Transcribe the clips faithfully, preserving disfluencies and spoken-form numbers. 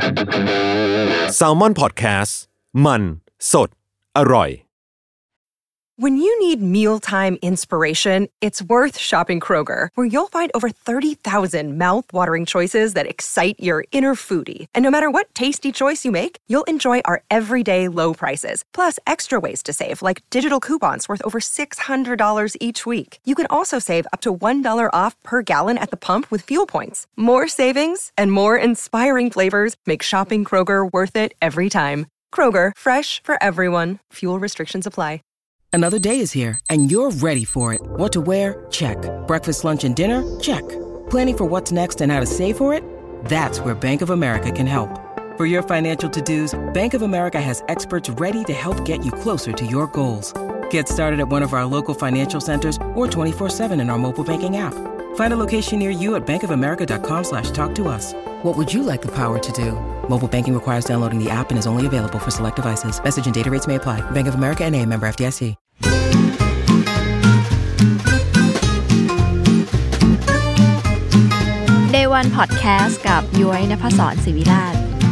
Salmon Podcast มันสดอร่อย When you need mealtime inspiration, it's worth shopping Kroger, where you'll find over thirty thousand mouth-watering choices that excite your inner foodie. And no matter what tasty choice you make, you'll enjoy our everyday low prices, plus extra ways to save, like digital coupons worth over six hundred dollars each week. You can also save up to one dollar off per gallon at the pump with fuel points. More savings and more inspiring flavors make shopping Kroger worth it every time. Kroger, fresh for everyone. Fuel restrictions apply.Another day is here, and you're ready for it. What to wear? Check. Breakfast, lunch, and dinner? Check. Planning for what's next and how to save for it? That's where Bank of America can help. For your financial to-dos, Bank of America has experts ready to help get you closer to your goals. Get started at one of our local financial centers or twenty-four seven in our mobile banking app. Find a location near you at bankofamerica.com slash talk to us. What would you like the power to do? Mobile banking requires downloading the app and is only available for select devices. Message and data rates may apply. Bank of America N A, member เอฟ ดี เอส ซี Day วัน Podcast กับย้อยณภศร ศิวิราช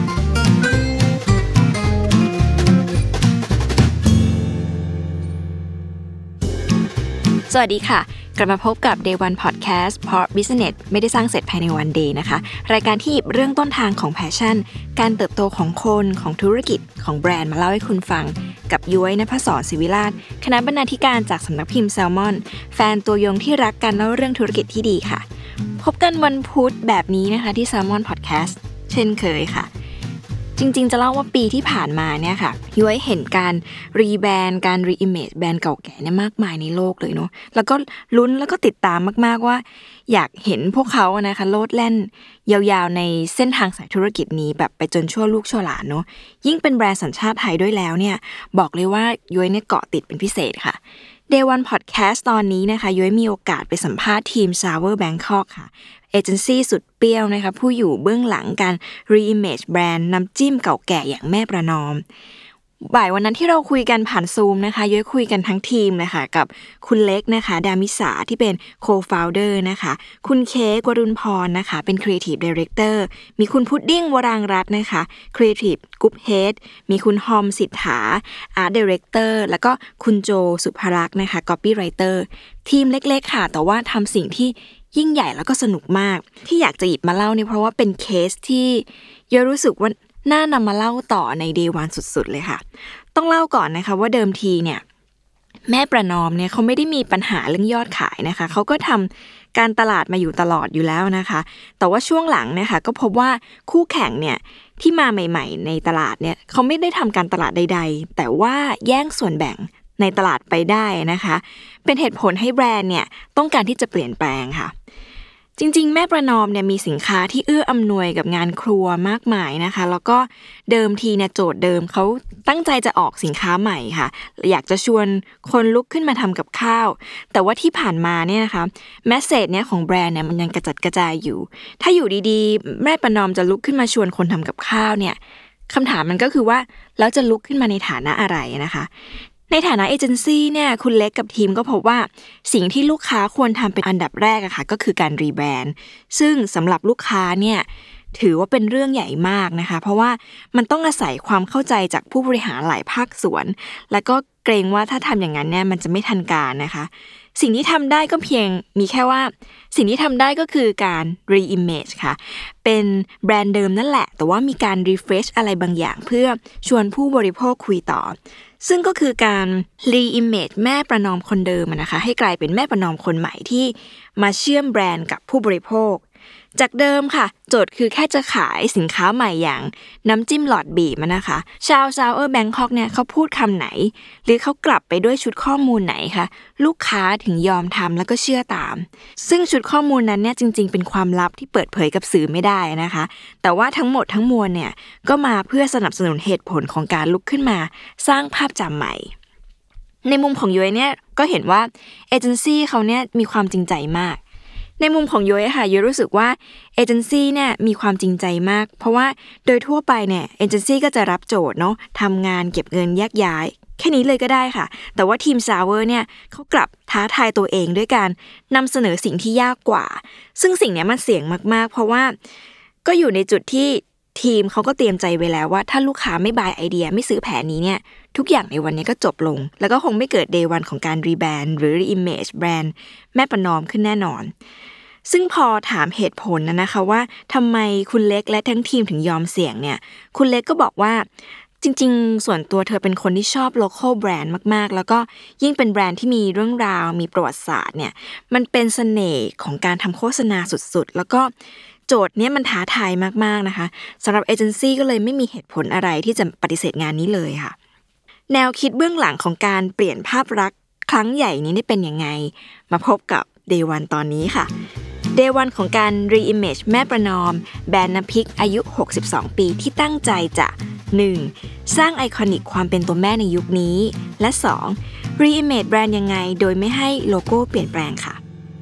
สวัสดีค่ะกลับมาพบกับ Day วัน Podcast เพราะ Business ไม่ได้สร้างเสร็จภายในวันเดย์นะคะรายการที่หยิบเรื่องต้นทางของ Passion การเติบโตของคนของธุรกิจของแบรนด์มาเล่าให้คุณฟังกับย้อยณภศร ศิวิราชคณะบรรณาธิการจากสำนักพิมพ์ Salmon แฟนตัวยงที่รักกันเล่าเรื่องธุรกิจที่ดีค่ะพบกันวันพุธแบบนี้นะคะที่ Salmon Podcast เช่นเคยค่ะจริงๆจะเล่าว่าปีที่ผ่านมาเนี่ยค่ะย้อยเห็นการรีแบรนด์การรีอิมเมจแบรนด์เก่าแก่เนี่ยมากมายในโลกเลยเนาะแล้วก็ลุ้นแล้วก็ติดตามมากๆว่าอยากเห็นพวกเขาอะนะคะโลดแล่นยาวๆในเส้นทางสายธุรกิจนี้แบบไปจนชั่วลูกชั่วหลานเนาะยิ่งเป็นแบรนด์สัญชาติไทยด้วยแล้วเนี่ยบอกเลยว่าย้อยเนี่ยเกาะติดเป็นพิเศษค่ะ Day วัน Podcast ตอนนี้นะคะย้อยมีโอกาสไปสัมภาษณ์ทีม Sour Bangkok ค่ะเอเจนซี่สุดเปรี้ยวนะคะผู้อยู่เบื้องหลังการ Reimage แบรนด์น้ำจิ้มเก่าแก่อย่างแม่ประนอมบ่ายวันนั้นที่เราคุยกันผ่านซูมนะคะย้อยคุยกันทั้งทีมนะคะกับคุณเล็กนะคะดามิสาที่เป็น Co-founder นะคะคุณเค้กวรุณพรนะคะเป็น Creative Director มีคุณพุดดิ้งวรางรัตน์นะคะ Creative Group Head มีคุณฮอมสิทธา Art Director แล้วก็คุณโจสุภรักษ์นะคะ Copywriter ทีมเล็กๆค่ะแต่ว่าทำสิ่งที่ยิ่งใหญ่แล้วก็สนุกมากที่อยากจะหยิบมาเล่าเนี่ยเพราะว่าเป็นเคสที่ย้อยรู้สึกว่าน่านำมาเล่าต่อใน Day วันสุดๆเลยค่ะต้องเล่าก่อนนะคะว่าเดิมทีเนี่ยแม่ประนอมเนี่ยเขาไม่ได้มีปัญหาเรื่องยอดขายนะคะเขาก็ทำการตลาดมาอยู่ตลอดอยู่แล้วนะคะแต่ว่าช่วงหลังนะคะก็พบว่าคู่แข่งเนี่ยที่มาใหม่ๆในตลาดเนี่ยเขาไม่ได้ทำการตลาดใดๆแต่ว่าแย่งส่วนแบ่งในตลาดไปได้นะคะเป็นเหตุผลให้แบรนด์เนี่ยต้องการที่จะเปลี่ยนแปลงค่ะจริงๆแม่ประนอมเนี่ยมีสินค้าที่เอื้ออำนวยกับงานครัวมากมายนะคะแล้วก็เดิมทีเนี่ยโจทย์เดิมเขาตั้งใจจะออกสินค้าใหม่ค่ะอยากจะชวนคนลุกขึ้นมาทำกับข้าวแต่ว่าที่ผ่านมาเนี่ยนะคะแมสเสจเนี่ยของแบรนด์เนี่ยมันยังกระจัดกระจายอยู่ถ้าอยู่ดีๆแม่ประนอมจะลุกขึ้นมาชวนคนทำกับข้าวเนี่ยคำถามมันก็คือว่าแล้วจะลุกขึ้นมาในฐานะอะไรนะคะในฐานะเอเจนซี่เนี่ยคุณเล็กกับทีมก็พบว่าสิ่งที่ลูกค้าควรทำเป็นอันดับแรกอะค่ะก็คือการรีแบรนด์ซึ่งสำหรับลูกค้าเนี่ยถือว่าเป็นเรื่องใหญ่มากนะคะเพราะว่ามันต้องอาศัยความเข้าใจจากผู้บริหารหลายภาคส่วนแล้วก็เกรงว่าถ้าทำอย่างนั้นเนี่ยมันจะไม่ทันการนะคะสิ่งที่ทำได้ก็เพียงมีแค่ว่าสิ่งที่ทำได้ก็คือการ reimage ค่ะเป็นแบรนด์เดิมนั่นแหละแต่ว่ามีการ refresh อะไรบางอย่างเพื่อชวนผู้บริโภคคุยต่อซึ่งก็คือการ reimage แม่ประนอมคนเดิมนะคะให้กลายเป็นแม่ประนอมคนใหม่ที่มาเชื่อมแบรนด์กับผู้บริโภคจากเดิมค่ะโจทย์คือแค่จะขายสินค้าใหม่อย่างน้ำจิ้มหลอดบีบมันนะคะชาว Sour Bangkok เนี่ยเขาพูดคำไหนหรือเขากลับไปด้วยชุดข้อมูลไหนคะลูกค้าถึงยอมทำแล้วก็เชื่อตามซึ่งชุดข้อมูลนั้นเนี่ยจริงๆเป็นความลับที่เปิดเผยกับสื่อไม่ได้นะคะแต่ว่าทั้งหมดทั้งมวลเนี่ยก็มาเพื่อสนับสนุนเหตุผลของการลุกขึ้นมาสร้างภาพจำใหม่ในมุมของย้อยเนี่ยก็เห็นว่าเอเจนซี่เขาเนี่ยมีความจริงใจมากในมุมของย้อยค่ะย้อยรู้สึกว่าเอเจนซี่เนี่ยมีความจริงใจมากเพราะว่าโดยทั่วไปเนี่ยเอเจนซี่ก็จะรับโจทย์เนาะทำงานเก็บเงินแยกย้ายแค่นี้เลยก็ได้ค่ะแต่ว่าทีม Sour เนี่ยเขากลับท้าทายตัวเองด้วยการนำเสนอสิ่งที่ยากกว่าซึ่งสิ่งนี้มันเสี่ยงมากๆเพราะว่าก็อยู่ในจุดที่ทีมเขาก็เตรียมใจไว้แล้วว่าถ้าลูกค้าไม่บายไอเดียไม่ซื้อแผนนี้เนี่ยทุกอย่างในวันนี้ก็จบลงแล้วก็คงไม่เกิด day one ของการรีแบรนด์หรือ reimage แบรนด์แม่ประนอมขึ้นแน่นอนซึ่งพอถามเหตุผลนะนะคะว่าทำไมคุณเล็กและทั้งทีมถึงยอมเสี่ยงเนี่ยคุณเล็กก็บอกว่าจริงๆส่วนตัวเธอเป็นคนที่ชอบ local brand มากๆแล้วก็ยิ่งเป็นแบรนด์ที่มีเรื่องราวมีประวัติศาสตร์เนี่ยมันเป็นเสน่ห์ของการทำโฆษณาสุดๆแล้วก็โจทย์เนี้ยมันท้าทายมากๆนะคะสำหรับเอเจนซี่ก็เลยไม่มีเหตุผลอะไรที่จะปฏิเสธงานนี้เลยค่ะแนวคิดเบื้องหลังของการเปลี่ยนภาพลักษณ์ครั้งใหญ่นี้ได้เป็นยังไงมาพบกับ Day One ตอนนี้ค่ะ Day One ของการ Reimage แม่ประนอมแบรนด์น้ำพริกอายุหกสิบสองปีที่ตั้งใจจะ หนึ่ง สร้างไอคอนิกความเป็นตัวแม่ในยุคนี้และ สอง Reimage แบรนด์ยังไงโดยไม่ให้โลโก้เปลี่ยนแปลงค่ะ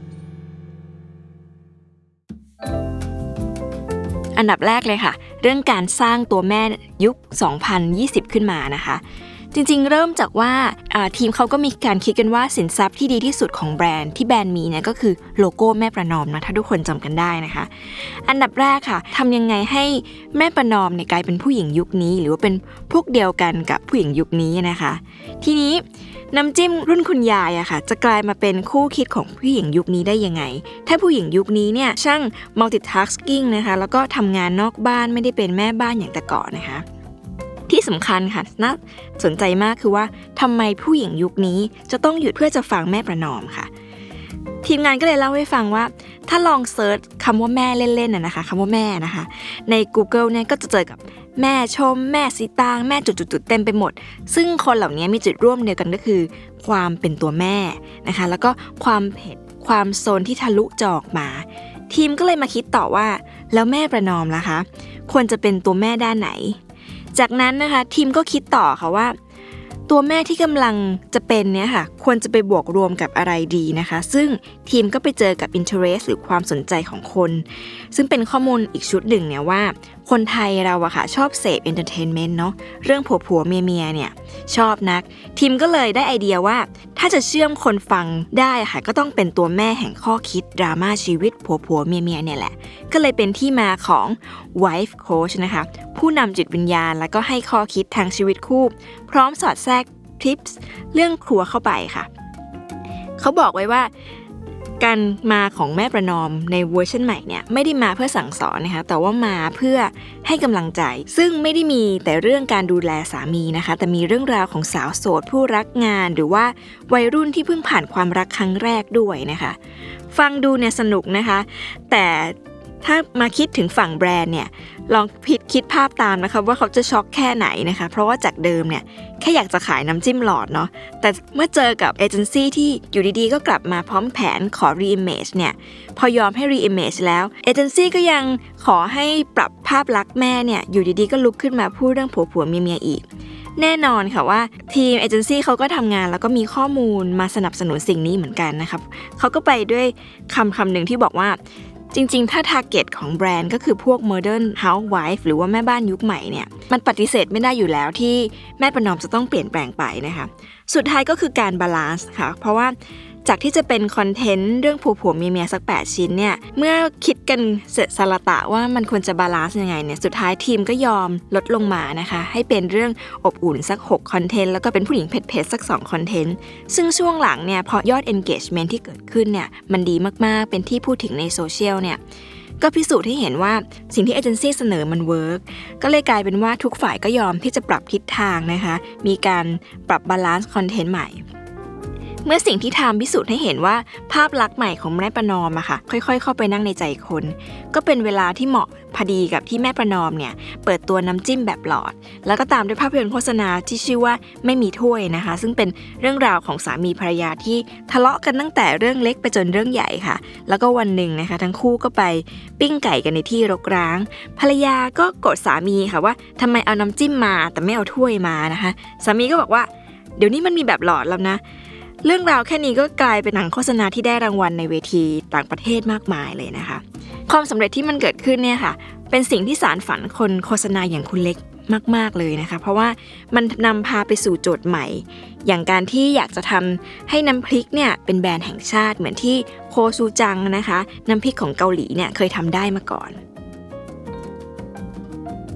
อันดับแรกเลยค่ะเรื่องการสร้างตัวแม่ยุคสองพันยี่สิบขึ้นมานะคะจริงๆเริ่มจากว่าทีมเขาก็มีการคิดกันว่าสินทรัพย์ที่ดีที่สุดของแบรนด์ที่แบรนด์มีเนี่ยก็คือโลโก้แม่ประนอมนะถ้าทุกคนจำกันได้นะคะอันดับแรกค่ะทำยังไงให้แม่ประนอมเนี่ยกลายเป็นผู้หญิงยุคนี้หรือว่าเป็นพวกเดียวกันกับผู้หญิงยุคนี้นะคะทีนี้น้ำจิ้มรุ่นคุณยายอะค่ะจะกลายมาเป็นคู่คิดของผู้หญิงยุคนี้ได้ยังไงถ้าผู้หญิงยุคนี้เนี่ยช่าง multitasking นะคะแล้วก็ทำงานนอกบ้านไม่ได้เป็นแม่บ้านอย่างแต่ก่อนนะคะที่สำคัญค่ะน่าสนใจมากคือว่าทำไมผู้หญิงยุคนี้จะต้องหยุดเพื่อจะฟังแม่ประนอมค่ะทีมงานก็เลยเล่าให้ฟังว่าถ้าลองเซิร์ชคำว่าแม่เล่นๆน่ะนะคะคำว่าแม่นะคะใน Google เนี่ยก็จะเจอกับแม่ชมแม่สีตางแม่จุดๆๆเต็มไปหมดซึ่งคนเหล่านี้มีจุดร่วมเดียวกันก็คือความเป็นตัวแม่นะคะแล้วก็ความเผ็ดความโซนที่ทะลุจอออกมาทีมก็เลยมาคิดต่อว่าแล้วแม่ประนอมล่ะคะควรจะเป็นตัวแม่ด้านไหนจากนั้นนะคะทีมก็คิดต่อค่ะว่าตัวแม่ที่กำลังจะเป็นเนี่ยค่ะควรจะไปบวกรวมกับอะไรดีนะคะซึ่งทีมก็ไปเจอกับ interest หรือความสนใจของคนซึ่งเป็นข้อมูลอีกชุดหนึ่งเนี่ยว่าคนไทยเราอะค่ะชอบเสพ entertainment เนาะเรื่องผัวๆเมียๆเนี่ยชอบนักทีมก็เลยได้ไอเดียว่าถ้าจะเชื่อมคนฟังได้ค่ะก็ต้องเป็นตัวแม่แห่งข้อคิดดราม่าชีวิตผัวๆเมียๆเนี่ยแหละก็เลยเป็นที่มาของ wife coach นะคะผู้นำจิตวิญญาณแล้วก็ให้ข้อคิดทางชีวิตคู่พร้อมสอดแทรกทิปส์เรื่องครัวเข้าไปค่ะเขาบอกไว้ว่าการมาของแม่ประนอมในเวอร์ชันใหม่เนี่ยไม่ได้มาเพื่อสั่งสอนนะคะแต่ว่ามาเพื่อให้กำลังใจซึ่งไม่ได้มีแต่เรื่องการดูแลสามีนะคะแต่มีเรื่องราวของสาวโสดผู้รักงานหรือว่าวัยรุ่นที่เพิ่งผ่านความรักครั้งแรกด้วยนะคะฟังดูเนี่ยสนุกนะคะแต่ถ้ามาคิดถึงฝั่งแบรนด์เนี่ยลองพิดคิดภาพตามนะคะว่าเขาจะช็อกแค่ไหนนะคะเพราะว่าจากเดิมเนี่ยแค่อยากจะขายน้ำจิ้มหลอดเนาะแต่เมื่อเจอกับเอเจนซี่ที่อยู่ดีๆก็กลับมาพร้อมแผนขอ reimage เนี่ยพอยอมให้ reimage แล้วเอเจนซี่ก็ยังขอให้ปรับภาพลักษณ์แม่เนี่ยอยู่ดีๆก็ลุกขึ้นมาพูดเรื่องผัวๆเมียๆอีกแน่นอนค่ะว่าทีมเอเจนซี่เขาก็ทำงานแล้วก็มีข้อมูลมาสนับสนุนสิ่งนี้เหมือนกันนะครับเขาก็ไปด้วยคำคำหนึ่งที่บอกว่าจริงๆถ้า target ของแบรนด์ก็คือพวก modern housewife หรือว่าแม่บ้านยุคใหม่เนี่ยมันปฏิเสธไม่ได้อยู่แล้วที่แม่ประนอมจะต้องเปลี่ยนแปลงไปนะคะสุดท้ายก็คือการบาลานซ์ค่ะเพราะว่าจากที่จะเป็นคอนเทนต์เรื่องผัวๆเมียๆสักแปดชิ้นเนี่ยเมื่อคิดกันเสร็จสละตะว่ามันควรจะบาลานซ์ยังไงเนี่ยสุดท้ายทีมก็ยอมลดลงมานะคะให้เป็นเรื่องอบอุ่นสักหกคอนเทนต์แล้วก็เป็นผู้หญิงเผ็ดๆสักสองคอนเทนต์ซึ่งช่วงหลังเนี่ยพอยอด engagement ที่เกิดขึ้นเนี่ยมันดีมากๆเป็นที่พูดถึงในโซเชียลเนี่ยก็พิสูจน์ให้เห็นว่าสิ่งที่เอเจนซี่เสนอมันเวิร์กก็เลยกลายเป็นว่าทุกฝ่ายก็ยอมที่จะปรับทิศทางนะคะมีการปรับบาลานซ์คอนเทนต์ใหม่เมื่อสิ่งที่ทำพิสูจน์ให้เห็นว่าภาพลักษณ์ใหม่ของแม่ประนอมอะค่ะค่อยๆเข้าไปนั่งในใจคนก็เป็นเวลาที่เหมาะพอดีกับที่แม่ประนอมเนี่ยเปิดตัวน้ำจิ้มแบบหลอดแล้วก็ตามด้วยภาพยนตร์โฆษณาที่ชื่อว่าไม่มีถ้วยนะคะซึ่งเป็นเรื่องราวของสามีภรรยาที่ทะเลาะกันตั้งแต่เรื่องเล็กไปจนเรื่องใหญ่ค่ะแล้วก็วันหนึ่งนะคะทั้งคู่ก็ไปปิ้งไก่กันในที่รกร้างภรรยาก็โกรธสามีค่ะว่าทำไมเอาน้ำจิ้มมาแต่ไม่เอาถ้วยมานะคะสามีก็บอกว่าเดี๋ยวนี้มันมีแบบหลอดแล้วนะเรื่องราวแค่นี้ก็กลายเป็นหนังโฆษณาที่ได้รางวัลในเวทีต่างประเทศมากมายเลยนะคะความสำเร็จที่มันเกิดขึ้นเนี่ยค่ะเป็นสิ่งที่สานฝันคนโฆษณาอย่างคุณเล็กมากๆเลยนะคะเพราะว่ามันนำพาไปสู่โจทย์ใหม่อย่างการที่อยากจะทำให้น้ำพริกเนี่ยเป็นแบรนด์แห่งชาติเหมือนที่โคซูจังนะคะน้ำพริกของเกาหลีเนี่ยเคยทำได้มาก่อน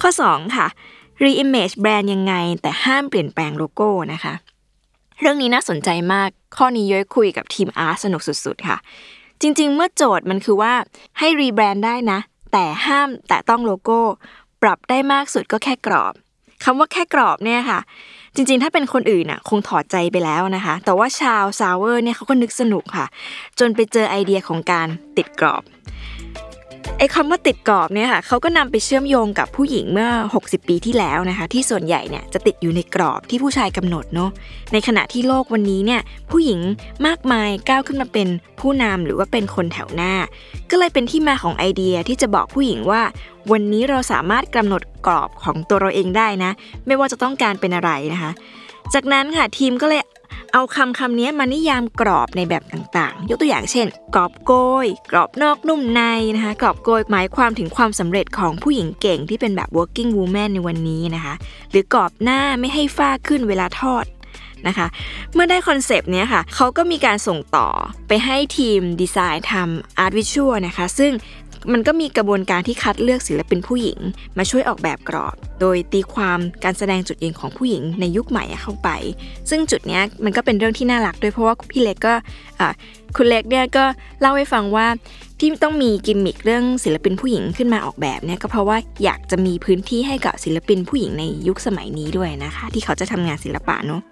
ข้อสองค่ะ reimage แบรนด์ยังไงแต่ห้ามเปลี่ยนแปลงโลโก้นะคะเรื่องนี้น่าสนใจมากข้อนี้ย้อยคุยกับทีมอาร์ตสนุกสุดๆค่ะจริงๆเมื่อโจทย์มันคือว่าให้รีแบรนด์ได้นะแต่ห้ามแตะต้องโลโก้ปรับได้มากสุดก็แค่กรอบคำว่าแค่กรอบเนี่ยค่ะจริงๆถ้าเป็นคนอื่นน่ะคงถอดใจไปแล้วนะคะแต่ว่าชาวซาวเวอร์เนี่ยเขาก็นึกสนุกค่ะจนไปเจอไอเดียของการติดกรอบไอ้คำว่าติดกรอบเนี่ยค่ะเขาก็นำไปเชื่อมโยงกับผู้หญิงเมื่อหกสิบปีที่แล้วนะคะที่ส่วนใหญ่เนี่ยจะติดอยู่ในกรอบที่ผู้ชายกำหนดเนาะในขณะที่โลกวันนี้เนี่ยผู้หญิงมากมายก้าวขึ้นมาเป็นผู้นำหรือว่าเป็นคนแถวหน้าก็เลยเป็นที่มาของไอเดียที่จะบอกผู้หญิงว่าวันนี้เราสามารถกำหนดกรอบของตัวเราเองได้นะไม่ว่าจะต้องการเป็นอะไรนะคะจากนั้นค่ะทีมก็เลยเอาคำคำนี้มานิยามกรอบในแบบต่างๆยกตัวอย่างเช่นกรอบโกยกรอบนอกนุ่มในนะคะกรอบโกยหมายความถึงความสำเร็จของผู้หญิงเก่งที่เป็นแบบ working woman ในวันนี้นะคะหรือกรอบหน้าไม่ให้ฝ้าขึ้นเวลาทอดนะคะเมื่อได้คอนเซปต์นี้ค่ะเขาก็มีการส่งต่อไปให้ทีมดีไซน์ทำอาร์ตวิชวลนะคะซึ่งมันก็มีกระบวนการที่คัดเลือกศิลปินผู้หญิงมาช่วยออกแบบกรอบโดยตีความการแสดงจุดยืนของผู้หญิงในยุคใหม่เข้าไปซึ่งจุดนี้มันก็เป็นเรื่องที่น่ารักด้วยเพราะว่าพี่เล็กก็คุณเล็กเนี่ยก็เล่าให้ฟังว่าที่ต้องมีกิมมิคเรื่องศิลปินผู้หญิงขึ้นมาออกแบบเนี่ยก็เพราะว่าอยากจะมีพื้นที่ให้กับศิลปินผู้หญิงในยุคสมัยนี้ด้วยนะคะที่เขาจะทำงานศิลปะเนาะ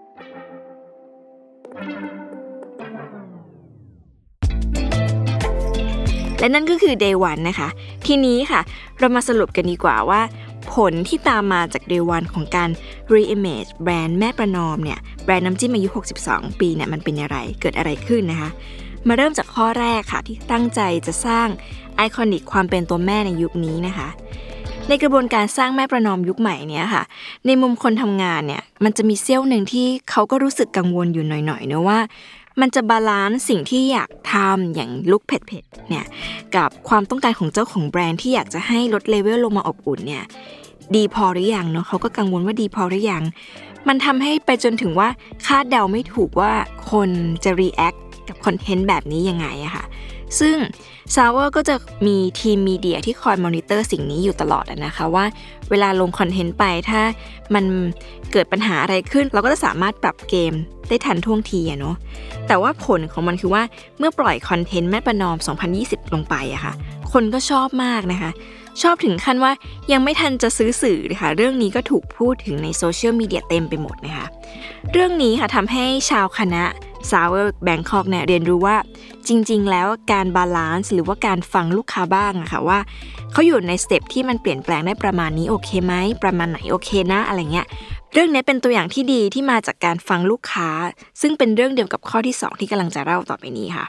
และนั่นก็คือ day วัน นะคะทีนี้ค่ะเรามาสรุปกันดีกว่าว่าผลที่ตามมาจาก day วัน ของการ reimage แบรนด์แม่ประนอมเนี่ยแบรนด์น้ำจิ้มอายุหกสิบสองปีเนี่ยมันเป็นอะไรเกิดอะไรขึ้นนะคะมาเริ่มจากข้อแรกค่ะที่ตั้งใจจะสร้างไอคอนิกความเป็นตัวแม่ในยุคนี้นะคะในกระบวนการสร้างแม่ประนอมยุคใหม่เนี่ยค่ะในมุมคนทำงานเนี่ยมันจะมีเซี่ยวหนึ่งที่เขาก็รู้สึกกังวลอยู่หน่อยๆนะว่ามันจะบาลานซ์สิ่งที่อยากทำอย่างลุคเผ็ดๆเนี่ยกับความต้องการของเจ้าของแบรนด์ที่อยากจะให้ลดเลเวลลงมาอบอุ่นเนี่ยดีพอหรือยังเนาะเขาก็กังวลว่าดีพอหรือยังมันทำให้ไปจนถึงว่าคาดเดาไม่ถูกว่าคนจะรีแอคกับคอนเทนต์แบบนี้ยังไงอะค่ะซึ่ง Sour ก็จะมีทีมมีเดียที่คอยมอนิเตอร์สิ่งนี้อยู่ตลอดนะคะว่าเวลาลงคอนเทนต์ไปถ้ามันเกิดปัญหาอะไรขึ้นเราก็จะสามารถปรับเกมได้ทันท่วงทีอะเนาะแต่ว่าผลของมันคือว่าเมื่อปล่อยคอนเทนต์แม่ประนอมสองพันยี่สิบลงไปอะค่ะคนก็ชอบมากนะคะชอบถึงขั้นว่ายังไม่ทันจะซื้อสื่อนะคะเรื่องนี้ก็ถูกพูดถึงในโซเชียลมีเดียเต็มไปหมดนะคะเรื่องนี้ค่ะทำให้ชาวคณะ Sour Bangkok เนี่ยเรียนรู้ว่าจริงๆแล้วการบาลานซ์หรือว่าการฟังลูกค้าบ้างอะค่ะว่าเขาอยู่ในสเต็ปที่มันเปลี่ยนแปลงได้ประมาณนี้โอเคไหมประมาณไหนโอเคนะอะไรเงี้ยเรื่องนี้เป็นตัวอย่างที่ดีที่มาจากการฟังลูกค้าซึ่งเป็นเรื่องเดียวกับข้อที่สองที่กำลังจะเล่าต่อไปนี้ค่ะ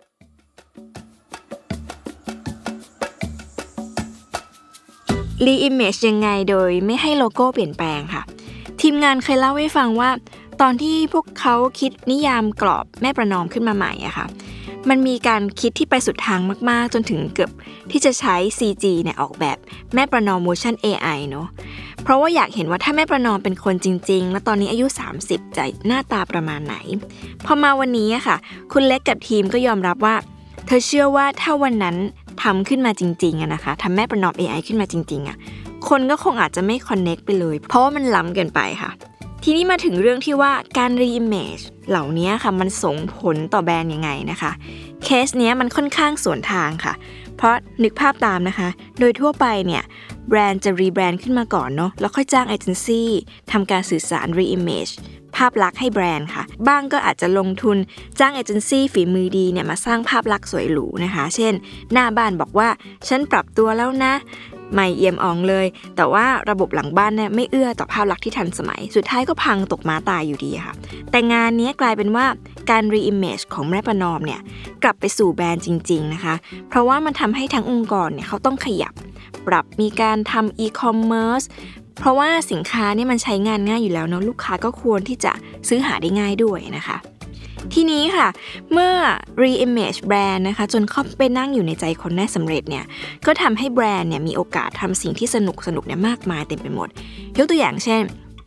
reimage ยังไงโดยไม่ให้โลโก้เปลี่ยนแปลงค่ะทีมงานเคยเล่าให้ฟังว่าตอนที่พวกเขาคิดนิยามกรอบแม่ประนอมขึ้นมาใหม่อะค่ะมันมีการคิดที่ไปสุดทางมากๆจนถึงเกือบที่จะใช้ ซี จี เนี่ยออกแบบแม่ประนอมเวอร์ชัน เอ ไอ เนาะเพราะว่าอยากเห็นว่าถ้าแม่ประนอมเป็นคนจริงๆแล้วตอนนี้อายุสามสิบจะหน้าตาประมาณไหนพอมาวันนี้อะค่ะคุณเล็กกับทีมก็ยอมรับว่าเธอเชื่อว่าถ้าวันนั้นทำขึ้นมาจริงๆอะนะคะทำแม่ประนอม เอ ไอ ขึ้นมาจริงๆอะคนก็คงอาจจะไม่คอนเนคไปเลยเพราะว่ามันล้ำเกินไปค่ะทีนี้มาถึงเรื่องที่ว่าการ reimage เหล่านี้ค่ะมันส่งผลต่อแบรนด์ยังไงนะคะเคสเนี้ยมันค่อนข้างสวนทางค่ะเพราะนึกภาพตามนะคะโดยทั่วไปเนี่ยแบรนด์จะรีแบรนด์ขึ้นมาก่อนเนาะแล้วค่อยจ้างเอเจนซี่ทำการสื่อสาร reimage ภาพลักษณ์ให้แบรนด์ค่ะบ้างก็อาจจะลงทุนจ้างเอเจนซี่ฝีมือดีเนี่ยมาสร้างภาพลักษณ์สวยหรูนะคะเช่นหน้าบ้านบอกว่าฉันปรับตัวแล้วนะไม่เอี่ยมอ่องเลยแต่ว่าระบบหลังบ้านเนี่ยไม่เอื้อต่อภาพลักษณ์ที่ทันสมัยสุดท้ายก็พังตกม้าตายอยู่ดีค่ะแต่งานนี้กลายเป็นว่าการ reimage ของแม่ประนอมเนี่ยกลับไปสู่แบรนด์จริงๆนะคะเพราะว่ามันทำให้ทั้งองค์กรเนี่ยเขาต้องขยับปรับมีการทำ e-commerce เพราะว่าสินค้าเนี่ยมันใช้งานง่ายอยู่แล้วเนาะลูกค้าก็ควรที่จะซื้อหาได้ง่ายด้วยนะคะทีนี้ค่ะเมื่อ reimage แบรนด์นะคะจนเข้าไปนั่งอยู่ในใจคนได้สำเร็จเนี่ยก็ทำให้แบรนด์เนี่ยมีโอกาสทำสิ่งที่สนุกสนุกเนี่ยมากมายเต็มไปหมดยกตัวอย่างเช่น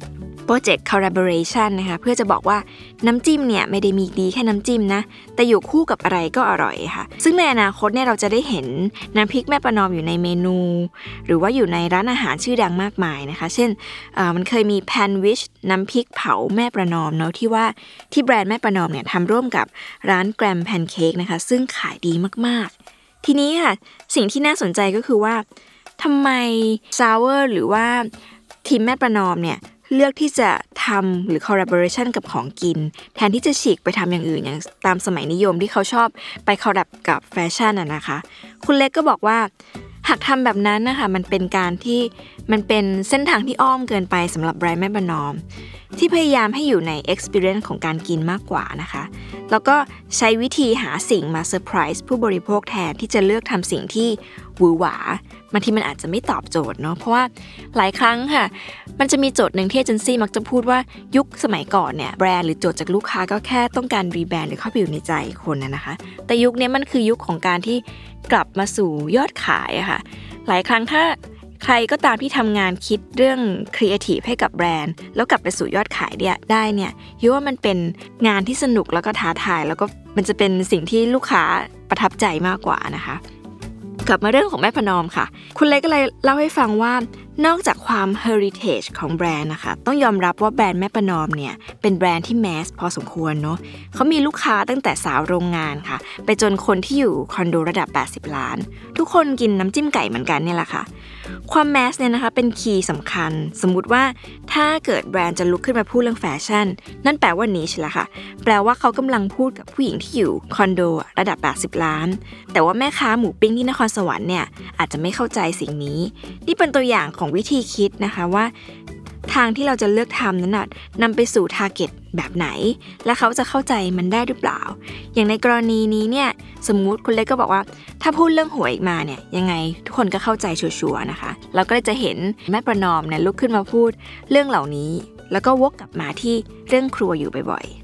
Project Collaboration นะคะเพื่อจะบอกว่าน้ำจิ้มเนี่ยไม่ได้มีดีแค่น้ำจิ้มนะแต่อยู่คู่กับอะไรก็อร่อยค่ะซึ่งในอนาคตเนี่ยเราจะได้เห็นน้ำพริกแม่ประนอมอยู่ในเมนูหรือว่าอยู่ในร้านอาหารชื่อดังมากมายนะคะเช่นมันเคยมีแพนวิชน้ำพริกเผาแม่ประนอมเนาะที่ว่าที่แบรนด์แม่ประนอมเนี่ยทำร่วมกับร้านแกรมแพนเค้กนะคะซึ่งขายดีมากๆทีนี้ค่ะสิ่งที่น่าสนใจก็คือว่าทำไมซาวเวอร์หรือว่าทีมแม่ประนอมเนี่ยเลือกที่จะทำหรือ collaboration กับของกินแทนที่จะฉีกไปทำอย่างอื่นอย่างตามสมัยนิยมที่เขาชอบไป collab กับแฟชั่นอ่ะนะคะคุณเล็กก็บอกว่าหากทำแบบนั้นนะคะมันเป็นการที่มันเป็นเส้นทางที่อ้อมเกินไปสำหรับแบรนด์แม่ประนอมที่พยายามให้อยู่ใน experience ของการกินมากกว่านะคะแล้วก็ใช้วิธีหาสิ่งมาเซอร์ไพรส์ผู้บริโภคแทนที่จะเลือกทำสิ่งที่หวือหวาบางทีมันอาจจะไม่ตอบโจทย์เนาะเพราะว่าหลายครั้งค่ะมันจะมีโจทย์หนึ่งที่เอเจนซี่มักจะพูดว่ายุคสมัยก่อนเนี่ยแบรนด์หรือโจทย์จากลูกค้าก็แค่ต้องการรีแบรนด์หรือเข้าไปอยู่ในใจคนนะนะคะแต่ยุคนี้มันคือยุคของการที่กลับมาสู่ยอดขายอะค่ะหลายครั้งถ้าใครก็ตามที่ทำงานคิดเรื่องครีเอทีฟให้กับแบรนด์แล้วกลับไปสู่ยอดขายเนี่ยได้เนี่ยยูว่ามันเป็นงานที่สนุกแล้วก็ท้าทายแล้วก็มันจะเป็นสิ่งที่ลูกค้าประทับใจมากกว่านะคะกลับมาเรื่องของแม่ประนอมค่ะคุณเล็กก็เลยเล่าให้ฟังว่านอกจากความ heritage ของแบรนด์นะคะต้องยอมรับว่าแบรนด์แม่ประนอมเนี่ยเป็นแบรนด์ที่แมสพอสมควรเนาะเขามีลูกค้าตั้งแต่สาวโรงงานค่ะไปจนคนที่อยู่คอนโดระดับแปดสิบล้านทุกคนกินน้ำจิ้มไก่เหมือนกันเนี่ยแหละค่ะความแมสเนี่ยนะคะเป็นคีย์สำคัญสมมุติว่าถ้าเกิดแบรนด์จะลุกขึ้นมาพูดเรื่องแฟชั่นนั่นแปลว่านิชละค่ะแปลว่าเขากำลังพูดกับผู้หญิงที่อยู่คอนโดระดับแปดสิบล้านแต่ว่าแม่ค้าหมูปิ้งที่นครสวรรค์เนี่ยอาจจะไม่เข้าใจสิ่งนี้นี่เป็นตัวอย่างของวิธีคิดนะคะว่าทางที่เราจะเลือกทำนั้นน่ะนำไปสู่ทาร์เก็ตแบบไหนและเขาจะเข้าใจมันได้หรือเปล่าอย่างในกรณีนี้เนี่ยสมมุติคุณเล็กก็บอกว่าถ้าพูดเรื่องหวยอีกมาเนี่ยยังไงทุกคนก็เข้าใจชัวร์ๆนะคะเราก็จะเห็นแม่ประนอมเนี่ยลุกขึ้นมาพูดเรื่องเหล่านี้แล้วก็วกกลับมาที่เรื่องครัวอยู่บ่อยๆ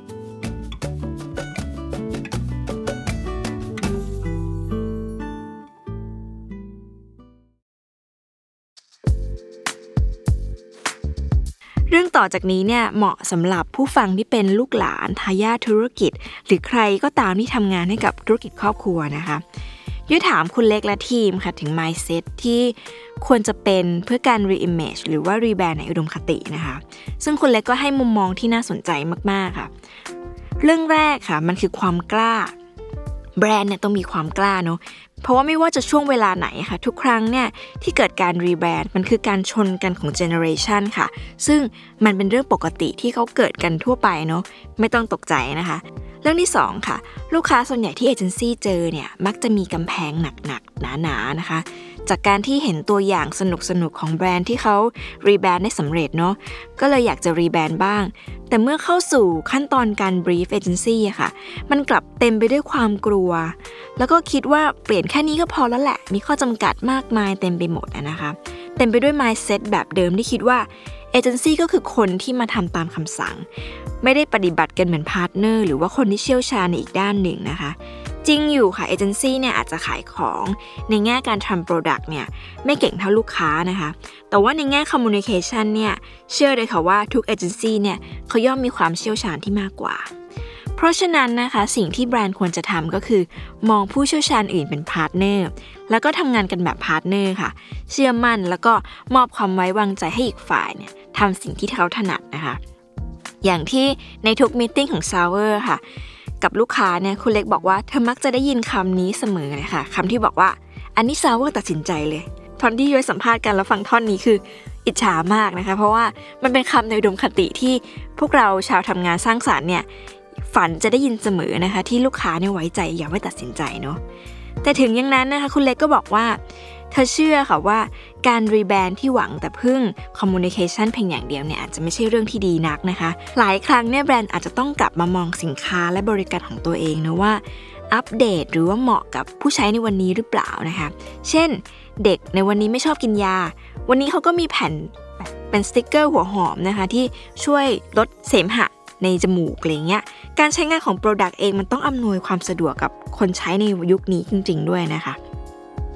เรื่องต่อจากนี้เนี่ยเหมาะสำหรับผู้ฟังที่เป็นลูกหลานทายาทธุรกิจหรือใครก็ตามที่ทำงานให้กับธุรกิจครอบครัวนะคะยุ้ยถามคุณเล็กและทีมค่ะถึง mindset ที่ควรจะเป็นเพื่อการ reimage หรือว่า rebrand ในอุดมคตินะคะซึ่งคุณเล็กก็ให้มุมมองที่น่าสนใจมากๆค่ะเรื่องแรกค่ะมันคือความกล้าแบรนด์เนี่ยต้องมีความกล้าเนาะเพราะว่าไม่ว่าจะช่วงเวลาไหนค่ะทุกครั้งเนี่ยที่เกิดการรีแบรนด์มันคือการชนกันของเจเนอเรชันค่ะซึ่งมันเป็นเรื่องปกติที่เขาเกิดกันทั่วไปเนาะไม่ต้องตกใจนะคะเรื่องที่สองค่ะลูกค้าส่วนใหญ่ที่เอเจนซี่เจอเนี่ยมักจะมีกำแพงหนักๆหนาๆนะคะจากการที่เห็นตัวอย่างสนุกๆของแบรนด์ที่เขารีแบรนด์ได้สำเร็จเนาะก็เลยอยากจะรีแบรนด์บ้างแต่เมื่อเข้าสู่ขั้นตอนการบรีฟเอเจนซี่อะค่ะมันกลับเต็มไปด้วยความกลัวแล้วก็คิดว่าเปลี่ยนแค่นี้ก็พอแล้วแหละมีข้อจำกัดมากมายเต็มไปหมดนะคะเต็มไปด้วย mindset แบบเดิมที่คิดว่าเอเจนซี่ก็คือคนที่มาทำตามคำสั่งไม่ได้ปฏิบัติกันเหมือนพาร์ทเนอร์หรือว่าคนที่เชี่ยวชาญในอีกด้านหนึ่งนะคะจริงอยู่ค่ะเอเจนซี่เนี่ยอาจจะขายของในแง่การทำโปรดักต์เนี่ยไม่เก่งเท่าลูกค้านะคะแต่ว่าในแง่คอมมูนิเคชันเนี่ยเชื่อเลยค่ะว่าทุกเอเจนซี่เนี่ยเขาย่อมมีความเชี่ยวชาญที่มากกว่าเพราะฉะนั้นนะคะสิ่งที่แบรนด์ควรจะทำก็คือมองผู้เชี่ยวชาญอื่นเป็นพาร์ทเนอร์แล้วก็ทำงานกันแบบพาร์ทเนอร์ค่ะเชื่อมั่นแล้วก็มอบความไว้วางใจให้อีกฝ่ายเนี่ยทำสิ่งที่เขาถนัดนะคะอย่างที่ในทุกมีตติ้งของ Sour ค่ะกับลูกค้าเนี่ยคุณเล็กบอกว่าเธอมักจะได้ยินคำนี้เสมอเลยค่ะคำที่บอกว่าอันนี้ Sour ตัดสินใจเลยตอนที่ย้อยสัมภาษณ์กันแล้วฟังท่อนนี้คืออิจฉามากนะคะเพราะว่ามันเป็นคำในอุดมคติที่พวกเราชาวทำงานสร้างสรรค์เนี่ยฝันจะได้ยินเสมอนะคะที่ลูกค้าเนี่ยไว้ใจอย่าไว้ตัดสินใจเนาะแต่ถึงอย่างนั้นนะคะคุณเล็กก็บอกว่าเธอเชื่อค่ะว่าการรีแบรนด์ที่หวังแต่พึ่งคอมมูนิเคชันเพียงอย่างเดียวเนี่ยอาจจะไม่ใช่เรื่องที่ดีนักนะคะหลายครั้งเนี่ยแบรนด์อาจจะต้องกลับมามองสินค้าและบริการของตัวเองนะว่าอัปเดตหรือว่าเหมาะกับผู้ใช้ในวันนี้หรือเปล่านะคะเช่นเด็กในวันนี้ไม่ชอบกินยาวันนี้เขาก็มีแผ่นเป็นสติ๊กเกอร์หัวหอมนะคะที่ช่วยลดเสมหะในจมูกอะไรเงี้ยการใช้งานของ Product เองมันต้องอำนวยความสะดวกกับคนใช้ในยุคนี้จริงๆด้วยนะคะ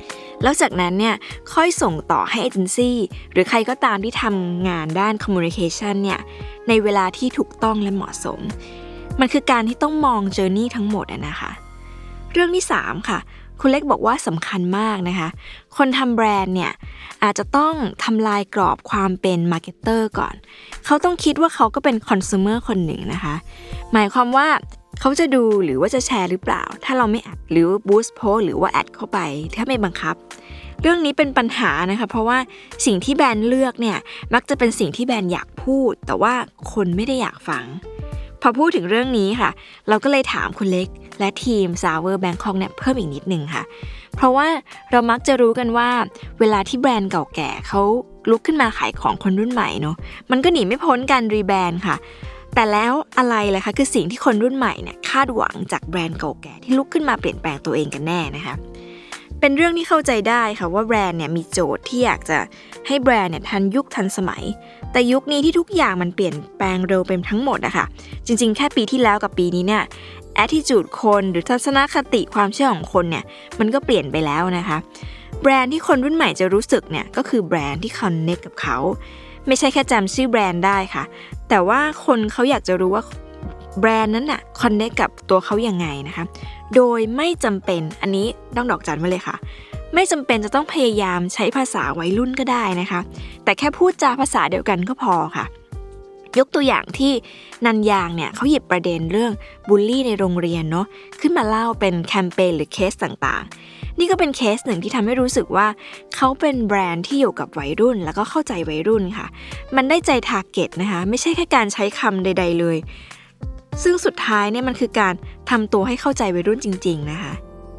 แล้วจากนั้นเนี่ยค่อยส่งต่อให้เอเจนซี่หรือใครก็ตามที่ทำงานด้าน communication เนี่ยในเวลาที่ถูกต้องและเหมาะสมมันคือการที่ต้องมอง journey ทั้งหมดนะคะเรื่องที่สามค่ะคุณเล็กบอกว่าสำคัญมากนะคะคนทำแบรนด์เนี่ยอาจจะต้องทำลายกรอบความเป็นมาร์เก็ตเตอร์ก่อนเขาต้องคิดว่าเขาก็เป็นคอน sumer คนหนึ่งนะคะหมายความว่าเขาจะดูหรือว่าจะแชร์หรือเปล่าถ้าเราไม่แอดหรือบูสต์โพสหรือว่าแอดเข้าไปถ้าไม่บังคับเรื่องนี้เป็นปัญหานะคะเพราะว่าสิ่งที่แบรนด์เลือกเนี่ยมักจะเป็นสิ่งที่แบรนด์อยากพูดแต่ว่าคนไม่ได้อยากฟังพอพูดถึงเรื่องนี้ค่ะเราก็เลยถามคุณเล็กและทีม Sour Bangkok เนี่ยเพิ่มอีกนิดนึงค่ะเพราะว่าเรามักจะรู้กันว่าเวลาที่แบรนด์เก่าแก่เขาลุกขึ้นมาขายของคนรุ่นใหม่เนาะมันก็หนีไม่พ้นการรีแบรนด์ค่ะแต่แล้วอะไรล่ะคะคือสิ่งที่คนรุ่นใหม่เนี่ยคาดหวังจากแบรนด์เก่าแก่ที่ลุกขึ้นมาเปลี่ยนแปลงตัวเองกันแน่นะคะเป็นเรื่องที่เข้าใจได้ค่ะว่าแบรนด์เนี่ยมีโจทย์ที่อยากจะให้แบรนด์เนี่ยทันยุคทันสมัยแต่ยุคนี้ที่ทุกอย่างมันเปลี่ยนแปลงเร็วเป็นทั้งหมดอะค่ะจริงๆแค่ปีที่แล้วกับปีนี้เนี่ย attitude คนหรือทัศนคติความเชื่อของคนเนี่ยมันก็เปลี่ยนไปแล้วนะคะแบรนด์ที่คนรุ่นใหม่จะรู้สึกเนี่ยก็คือแบรนด์ที่ connect กับเขาไม่ใช่แค่จำชื่อแบรนด์ได้ค่ะแต่ว่าคนเขาอยากจะรู้ว่าแบรนด์นั้นน่ะ connect กับตัวเขายังไงนะคะโดยไม่จำเป็นอันนี้ต้องดอกจันไว้เลยค่ะไม่จำเป็นจะต้องพยายามใช้ภาษาวัยรุ่นก็ได้นะคะแต่แค่พูดจาภาษาเดียวกันก็พอค่ะยกตัวอย่างที่นันยางเนี่ยเขาหยิบประเด็นเรื่องบูลลี่ในโรงเรียนเนาะขึ้นมาเล่าเป็นแคมเปญหรือเคสต่างๆนี่ก็เป็นเคสหนึ่งที่ทำให้รู้สึกว่าเขาเป็นแบรนด์ที่อยู่กับวัยรุ่นแล้วก็เข้าใจวัยรุ่นค่ะมันได้ใจทาร์เก็ตนะคะไม่ใช่แค่การใช้คำใดๆเลยซึ่งสุดท้ายเนี่ยมันคือการทำตัวให้เข้าใจวัยรุ่นจริงๆนะคะ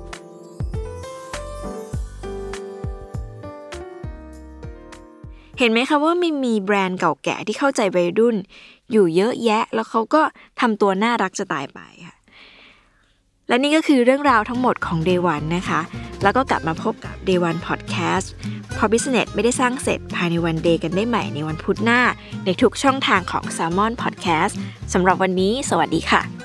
เห็นไหมคะว่ามีมีแบรนด์เก่าแก่ที่เข้าใจวัยรุ่นอยู่เยอะแยะแล้วเขาก็ทำตัวน่ารักจะตายไปค่ะและนี่ก็คือเรื่องราวทั้งหมดของ Day วัน นะคะแล้วก็กลับมาพบกับ Day วัน Podcast เพราะ Business ไม่ได้สร้างเสร็จภายในวัน Day กันได้ใหม่ในวันพุธหน้าในทุกช่องทางของ Salmon Podcast สำหรับวันนี้สวัสดีค่ะ